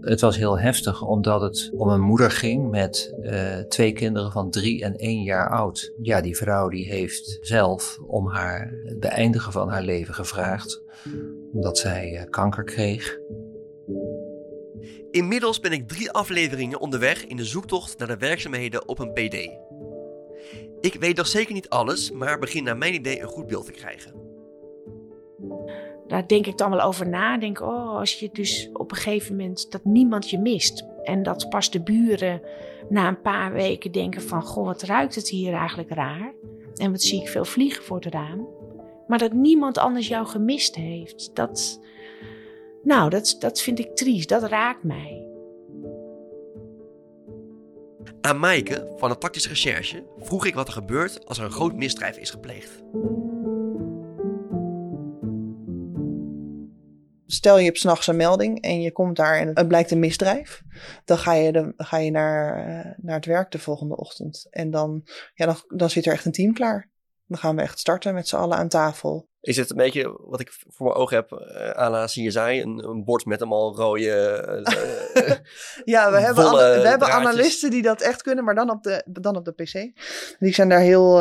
Het was heel heftig omdat het om een moeder ging met 2 kinderen van 3 en 1 jaar oud. Ja, die vrouw die heeft zelf om het beëindigen van haar leven gevraagd. Omdat zij kanker kreeg. Inmiddels ben ik 3 afleveringen onderweg in de zoektocht naar de werkzaamheden op een PD. Ik weet nog zeker niet alles, maar begin naar mijn idee een goed beeld te krijgen. Daar denk ik dan wel over na. Denk, als je dus op een gegeven moment dat niemand je mist. En dat pas de buren na een paar weken denken van, goh, wat ruikt het hier eigenlijk raar. En wat zie ik veel vliegen voor het raam. Maar dat niemand anders jou gemist heeft. Dat vind ik triest. Dat raakt mij. Aan Maaike van de Tactische Recherche vroeg ik wat er gebeurt als er een groot misdrijf is gepleegd. Stel je hebt 's nachts een melding en je komt daar en het blijkt een misdrijf. Dan ga je naar het werk de volgende ochtend. En dan zit er echt een team klaar. Dan gaan we echt starten met z'n allen aan tafel. Is het een beetje wat ik voor mijn ogen heb à la CSI? Een bord met allemaal rode Ja, we hebben analisten die dat echt kunnen, maar dan op de PC. Die zijn daar heel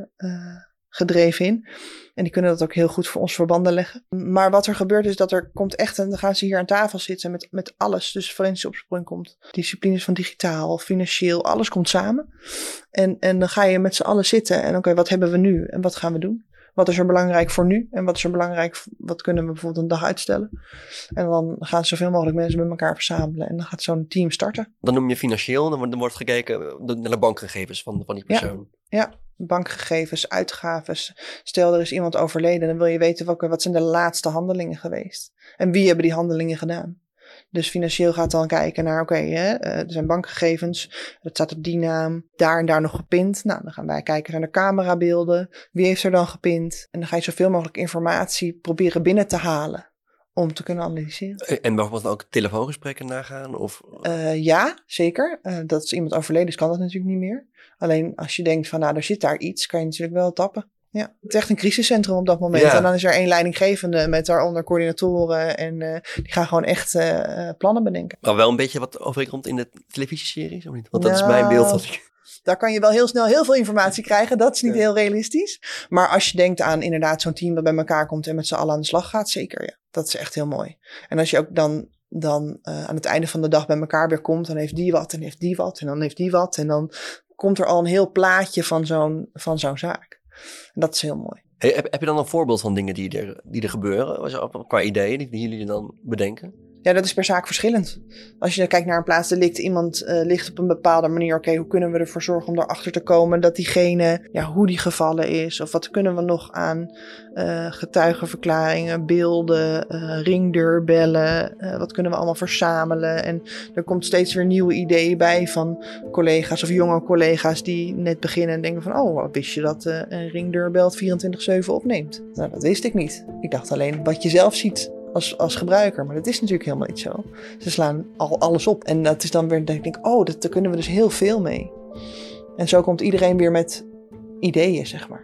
gedreven in. En die kunnen dat ook heel goed voor ons verbanden leggen. Maar wat er gebeurt is dat er komt echt, en dan gaan ze hier aan tafel zitten met alles. Dus forensische opsporing komt. Disciplines van digitaal, financieel, alles komt samen. En dan ga je met z'n allen zitten en oké, wat hebben we nu en wat gaan we doen? Wat is er belangrijk voor nu? En wat is er belangrijk, wat kunnen we bijvoorbeeld een dag uitstellen? En dan gaan zoveel mogelijk mensen met elkaar verzamelen. En dan gaat zo'n team starten. Dan noem je financieel, dan wordt gekeken naar de bankgegevens van die persoon. Ja, bankgegevens, uitgaves. Stel, er is iemand overleden, dan wil je weten wat zijn de laatste handelingen geweest. En wie hebben die handelingen gedaan? Dus financieel gaat dan kijken naar, er zijn bankgegevens, het staat op die naam, daar en daar nog gepind. Nou, dan gaan wij kijken naar de camerabeelden, wie heeft er dan gepind? En dan ga je zoveel mogelijk informatie proberen binnen te halen om te kunnen analyseren. En bijvoorbeeld ook telefoongesprekken nagaan? Of? Ja, zeker. Dat is iemand overleden is, kan dat natuurlijk niet meer. Alleen als je denkt van, er zit daar iets, kan je natuurlijk wel tappen. Ja, het is echt een crisiscentrum op dat moment. Ja. En dan is er 1 leidinggevende met daaronder coördinatoren. En die gaan gewoon echt plannen bedenken. Maar wel een beetje wat overkomt in de televisieseries, of niet? Want dat is mijn beeld. Daar kan je wel heel snel heel veel informatie krijgen. Dat is niet heel realistisch. Maar als je denkt aan inderdaad zo'n team dat bij elkaar komt en met z'n allen aan de slag gaat, zeker ja. Dat is echt heel mooi. En als je ook dan aan het einde van de dag bij elkaar weer komt, dan heeft die wat en heeft die wat en dan heeft die wat. En dan komt er al een heel plaatje van zo'n zaak. En dat is heel mooi. Hey, heb je dan een voorbeeld van dingen die er gebeuren? Qua ideeën die jullie dan bedenken? Ja, dat is per zaak verschillend. Als je kijkt naar een plaatsdelict, iemand ligt op een bepaalde manier. Oké, hoe kunnen we ervoor zorgen om erachter te komen dat diegene, hoe die gevallen is? Of wat kunnen we nog aan getuigenverklaringen, beelden, ringdeurbellen, wat kunnen we allemaal verzamelen? En er komt steeds weer nieuwe ideeën bij van collega's of jonge collega's die net beginnen en denken van, wist je dat een ringdeurbel 24/7 opneemt? Nou, dat wist ik niet. Ik dacht alleen wat je zelf ziet als gebruiker, maar dat is natuurlijk helemaal niet zo. Ze slaan al alles op en dat is dan weer, dat ik denk, daar kunnen we dus heel veel mee. En zo komt iedereen weer met ideeën, zeg maar.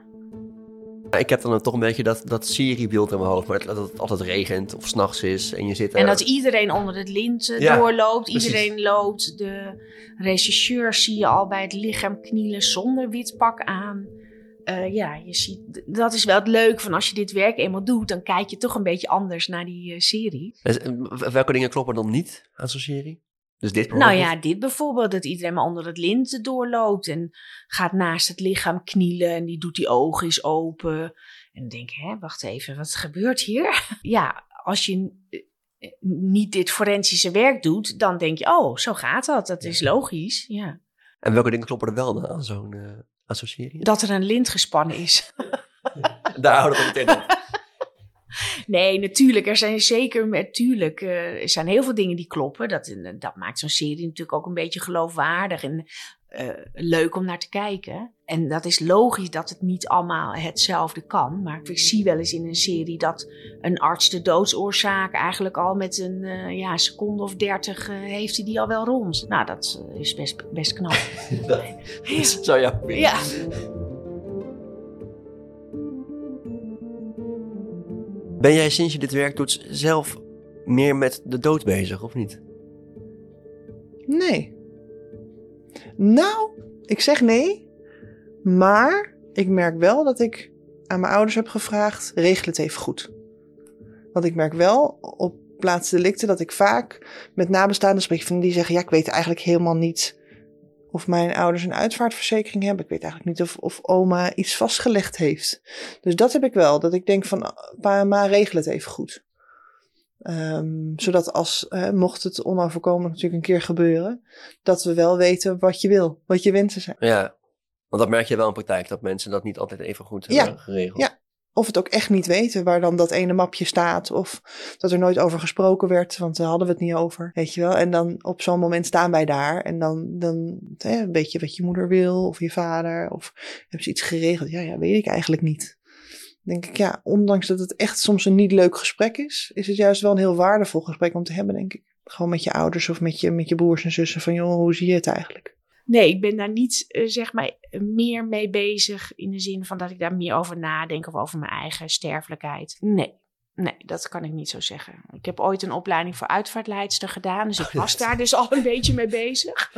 Ik heb dan toch een beetje dat seriebeeld in mijn hoofd, maar dat het altijd regent of 's nachts is en je zit en dat iedereen onder het lint doorloopt. Precies. Iedereen loopt. De rechercheur zie je al bij het lichaam knielen zonder wit pak aan. Je ziet, dat is wel het leuke van als je dit werk eenmaal doet, dan kijk je toch een beetje anders naar die serie. Welke dingen kloppen dan niet aan zo'n serie? Dus dit bijvoorbeeld? Dit bijvoorbeeld, dat iedereen maar onder het lint doorloopt en gaat naast het lichaam knielen en die doet die ogen eens open. En dan denk je, wacht even, wat gebeurt hier? Ja, als je niet dit forensische werk doet, dan denk je, zo gaat dat. Dat is logisch, ja. En welke dingen kloppen er wel dan aan zo'n serie? Dat er een lint gespannen is. Daar houden we het meteen op. Nee, natuurlijk. Er zijn heel veel dingen die kloppen. Dat maakt zo'n serie natuurlijk ook een beetje geloofwaardig en leuk om naar te kijken. En dat is logisch dat het niet allemaal hetzelfde kan. Maar ik zie wel eens in een serie dat een arts de doodsoorzaak eigenlijk al met een seconde of 30 heeft hij die al wel rond. Nou, dat is best knap. Zo ja. Ja. Ben jij sinds je dit werk doet zelf meer met de dood bezig, of niet? Nee. Nou, ik zeg nee. Maar ik merk wel dat ik aan mijn ouders heb gevraagd, regel het even goed. Want ik merk wel op plaatsdelicten dat ik vaak met nabestaanden spreek van die zeggen, ja, ik weet eigenlijk helemaal niet of mijn ouders een uitvaartverzekering hebben. Ik weet eigenlijk niet of oma iets vastgelegd heeft. Dus dat heb ik wel, dat ik denk van, pa en ma, regel het even goed. Zodat mocht het onoverkomelijk natuurlijk een keer gebeuren, dat we wel weten wat je wil, wat je wensen zijn. Ja, want dat merk je wel in praktijk, dat mensen dat niet altijd even goed hebben geregeld. Ja, of het ook echt niet weten waar dan dat ene mapje staat, of dat er nooit over gesproken werd, want daar hadden we het niet over, weet je wel. En dan op zo'n moment staan wij daar en dan weet je wat je moeder wil, of je vader, of hebben ze iets geregeld? Ja, weet ik eigenlijk niet. Denk ik, ja, ondanks dat het echt soms een niet leuk gesprek is het juist wel een heel waardevol gesprek om te hebben, denk ik. Gewoon met je ouders of met je broers en zussen van, joh, hoe zie je het eigenlijk? Nee, ik ben daar niet, zeg maar, meer mee bezig in de zin van dat ik daar meer over nadenk of over mijn eigen sterfelijkheid. Nee, dat kan ik niet zo zeggen. Ik heb ooit een opleiding voor uitvaartleidster gedaan, dus ik was daar dus al een beetje mee bezig.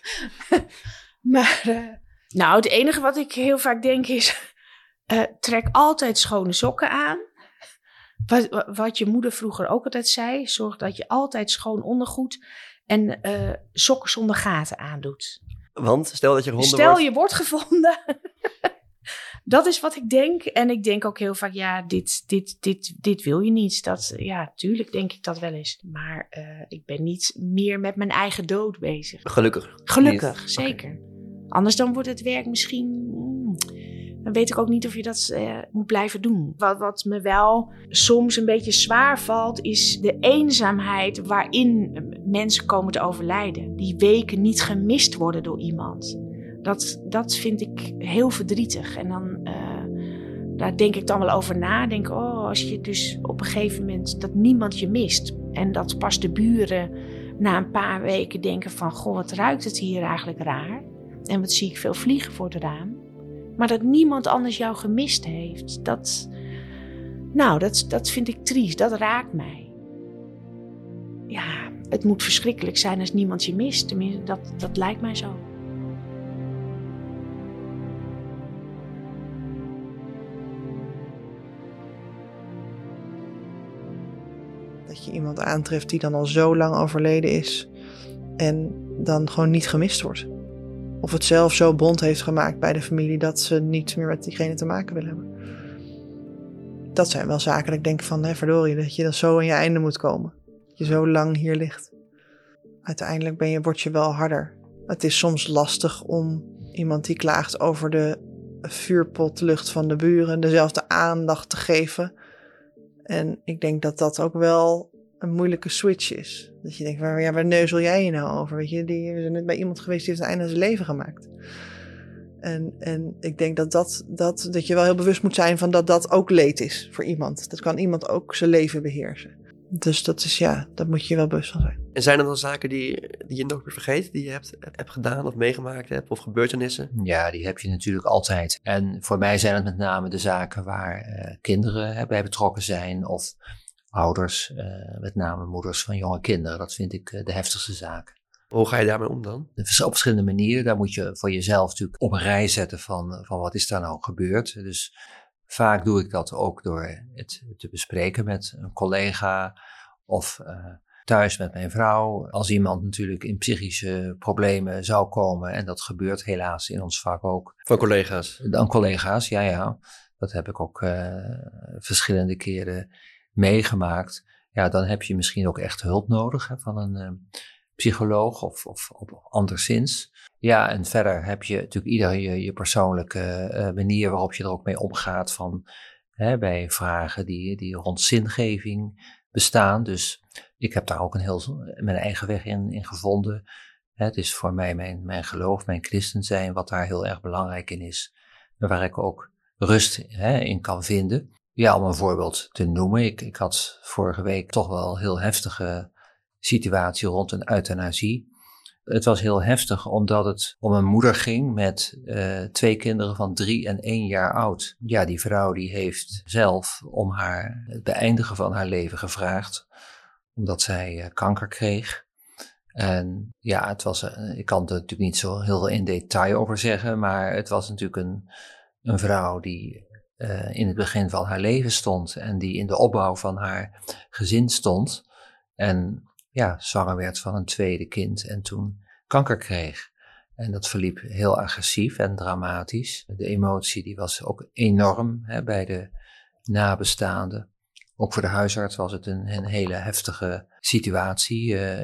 Maar, nou, het enige wat ik heel vaak denk is, trek altijd schone sokken aan. Wat je moeder vroeger ook altijd zei, zorg dat je altijd schoon ondergoed en sokken zonder gaten aandoet. Want stel dat je gevonden wordt. Stel je wordt gevonden. Dat is wat ik denk. En ik denk ook heel vaak, ja, dit wil je niet. Ja, tuurlijk denk ik dat wel eens. Maar ik ben niet meer met mijn eigen dood bezig. Gelukkig, zeker. Okay. Anders dan wordt het werk misschien... Dan weet ik ook niet of je dat moet blijven doen. Wat me wel soms een beetje zwaar valt, is de eenzaamheid waarin mensen komen te overlijden. Die weken niet gemist worden door iemand. Dat vind ik heel verdrietig. En dan daar denk ik dan wel over na. Denk, als je dus op een gegeven moment dat niemand je mist. En dat pas de buren na een paar weken denken van, goh, wat ruikt het hier eigenlijk raar. En wat zie ik veel vliegen voor het raam. Maar dat niemand anders jou gemist heeft, dat vind ik triest. Dat raakt mij. Ja, het moet verschrikkelijk zijn als niemand je mist. Tenminste, dat lijkt mij zo. Dat je iemand aantreft die dan al zo lang overleden is en dan gewoon niet gemist wordt. Of het zelf zo bond heeft gemaakt bij de familie dat ze niet meer met diegene te maken willen hebben. Dat zijn wel zaken dat ik denk van, verdorie, dat je dan zo aan je einde moet komen. Dat je zo lang hier ligt. Uiteindelijk word je wel harder. Het is soms lastig om iemand die klaagt over de vuurpotlucht van de buren dezelfde aandacht te geven. En ik denk dat dat ook wel een moeilijke switch is. Dat je denkt, waar neuzel jij je nou over? Weet je, we zijn net bij iemand geweest die heeft het einde aan zijn leven gemaakt. En ik denk dat je wel heel bewust moet zijn van dat ook leed is voor iemand. Dat kan iemand ook zijn leven beheersen. Dus dat is, dat moet je wel bewust van zijn. En zijn er dan zaken die je nooit meer vergeet, die je hebt gedaan of meegemaakt hebt, of gebeurtenissen? Ja, die heb je natuurlijk altijd. En voor mij zijn het met name de zaken waar kinderen bij betrokken zijn, of ouders, met name moeders van jonge kinderen. Dat vind ik de heftigste zaak. Hoe ga je daarmee om dan? Op verschillende manieren. Daar moet je voor jezelf natuurlijk op een rij zetten van wat is daar nou gebeurd. Dus vaak doe ik dat ook door het te bespreken met een collega of thuis met mijn vrouw. Als iemand natuurlijk in psychische problemen zou komen, en dat gebeurt helaas in ons vak ook. Van collega's? Dan collega's, ja. Dat heb ik ook verschillende keren meegemaakt. Ja, dan heb je misschien ook echt hulp nodig van een psycholoog of anderszins. Ja, en verder heb je natuurlijk ieder je persoonlijke manier waarop je er ook mee omgaat bij vragen die rond zingeving bestaan. Dus ik heb daar ook mijn eigen weg in gevonden. Het is voor mij mijn geloof, mijn christen zijn, wat daar heel erg belangrijk in is. En waar ik ook rust in kan vinden. Ja, om een voorbeeld te noemen. Ik had vorige week toch wel een heel heftige situatie rond een euthanasie. Het was heel heftig omdat het om een moeder ging met 2 kinderen van 3 en 1 jaar oud. Ja, die vrouw die heeft zelf om het beëindigen van haar leven gevraagd, omdat zij kanker kreeg. En ja, ik kan er natuurlijk niet zo heel veel in detail over zeggen, maar het was natuurlijk een vrouw die in het begin van haar leven stond en die in de opbouw van haar gezin stond. En ja, zwanger werd van een tweede kind en toen kanker kreeg. En dat verliep heel agressief en dramatisch. De emotie die was ook enorm bij de nabestaanden. Ook voor de huisarts was het een hele heftige situatie.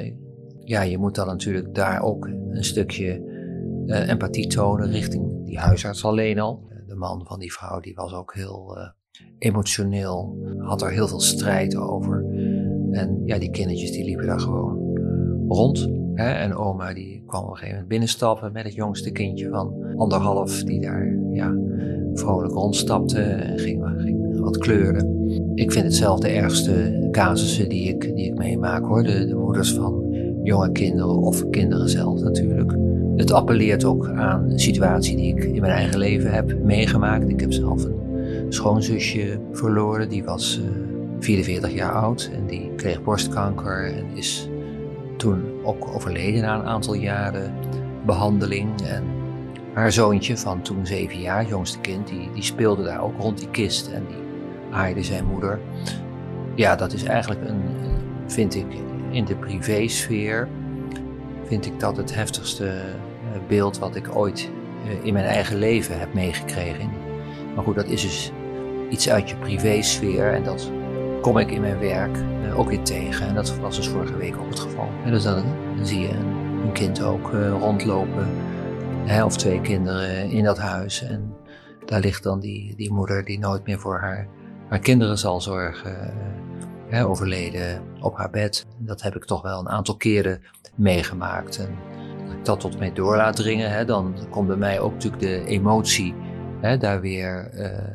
Je moet dan natuurlijk daar ook een stukje empathie tonen richting die huisarts alleen al. De man van die vrouw die was ook heel emotioneel, had er heel veel strijd over. En ja, die kindertjes die liepen daar gewoon rond. En oma die kwam op een gegeven moment binnenstappen met het jongste kindje van 1,5 die daar vrolijk rondstapte en ging wat kleuren. Ik vind het zelf de ergste casussen die ik meemaak hoor. De moeders van jonge kinderen of kinderen zelf natuurlijk. Het appelleert ook aan een situatie die ik in mijn eigen leven heb meegemaakt. Ik heb zelf een schoonzusje verloren. Die was 44 jaar oud en die kreeg borstkanker en is toen ook overleden na een aantal jaren behandeling. En haar zoontje van toen 7 jaar, het jongste kind, die speelde daar ook rond die kist en die aaide zijn moeder. Ja, dat is eigenlijk vind ik, in de privésfeer, vind ik dat het heftigste beeld wat ik ooit in mijn eigen leven heb meegekregen. Maar goed, dat is dus iets uit je privésfeer en dat kom ik in mijn werk ook weer tegen. En dat was dus vorige week ook het geval. En dus dan zie je een kind ook rondlopen, of 2 kinderen in dat huis. En daar ligt dan die moeder die nooit meer voor haar kinderen zal zorgen, overleden op haar bed. Dat heb ik toch wel een aantal keren meegemaakt. En als ik dat tot mij door laat dringen, dan komt bij mij ook natuurlijk de emotie daar weer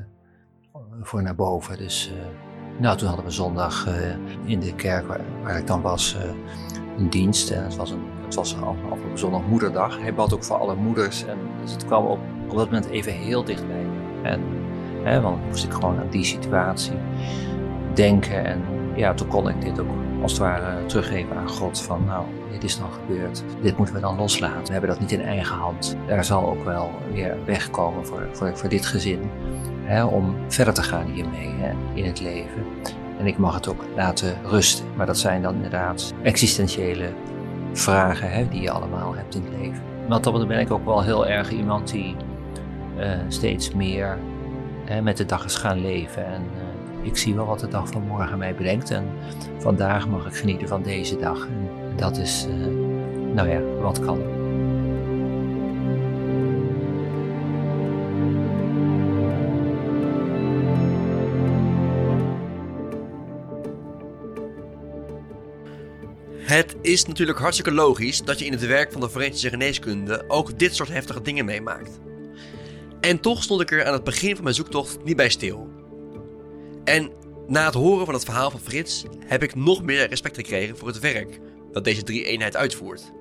voor naar boven. Dus toen hadden we zondag in de kerk waar ik dan was een dienst. En het was afgelopen zondag moederdag. Hij bad ook voor alle moeders. En dus het kwam op dat moment even heel dichtbij. En want moest ik gewoon aan die situatie denken. En ja, toen kon ik dit ook als het ware teruggeven aan God. Van dit is dan gebeurd. Dit moeten we dan loslaten. We hebben dat niet in eigen hand. Er zal ook wel weer een weg komen voor dit gezin. Om verder te gaan hiermee in het leven. En ik mag het ook laten rusten. Maar dat zijn dan inderdaad existentiële vragen die je allemaal hebt in het leven. Want dan ben ik ook wel heel erg iemand die steeds meer met de dag is gaan leven. En ik zie wel wat de dag van morgen mij brengt. En vandaag mag ik genieten van deze dag. En dat is, wat kan. Het is natuurlijk hartstikke logisch dat je in het werk van de forensische geneeskunde ook dit soort heftige dingen meemaakt. En toch stond ik er aan het begin van mijn zoektocht niet bij stil. En na het horen van het verhaal van Frits heb ik nog meer respect gekregen voor het werk dat deze 3-eenheid uitvoert.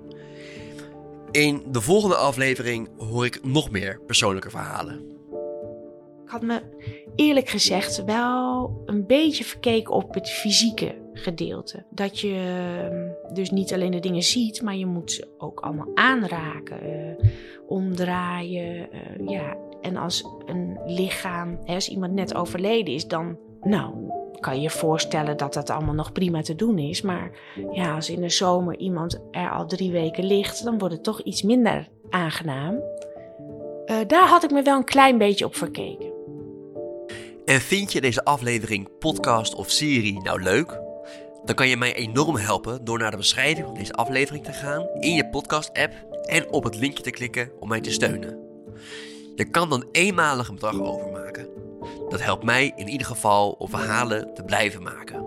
In de volgende aflevering hoor ik nog meer persoonlijke verhalen. Ik had me eerlijk gezegd wel een beetje verkeken op het fysieke gedeelte. Dat je dus niet alleen de dingen ziet, maar je moet ze ook allemaal aanraken, omdraaien. En als een lichaam, als iemand net overleden is, dan kan je je voorstellen dat dat allemaal nog prima te doen is. Maar ja, als in de zomer iemand er al 3 weken ligt, dan wordt het toch iets minder aangenaam. Daar had ik me wel een klein beetje op verkeken. En vind je deze aflevering, podcast of serie nou leuk? Dan kan je mij enorm helpen door naar de beschrijving van deze aflevering te gaan in je podcast-app en op het linkje te klikken om mij te steunen. Je kan dan eenmalig een bedrag overmaken. Dat helpt mij in ieder geval om verhalen te blijven maken.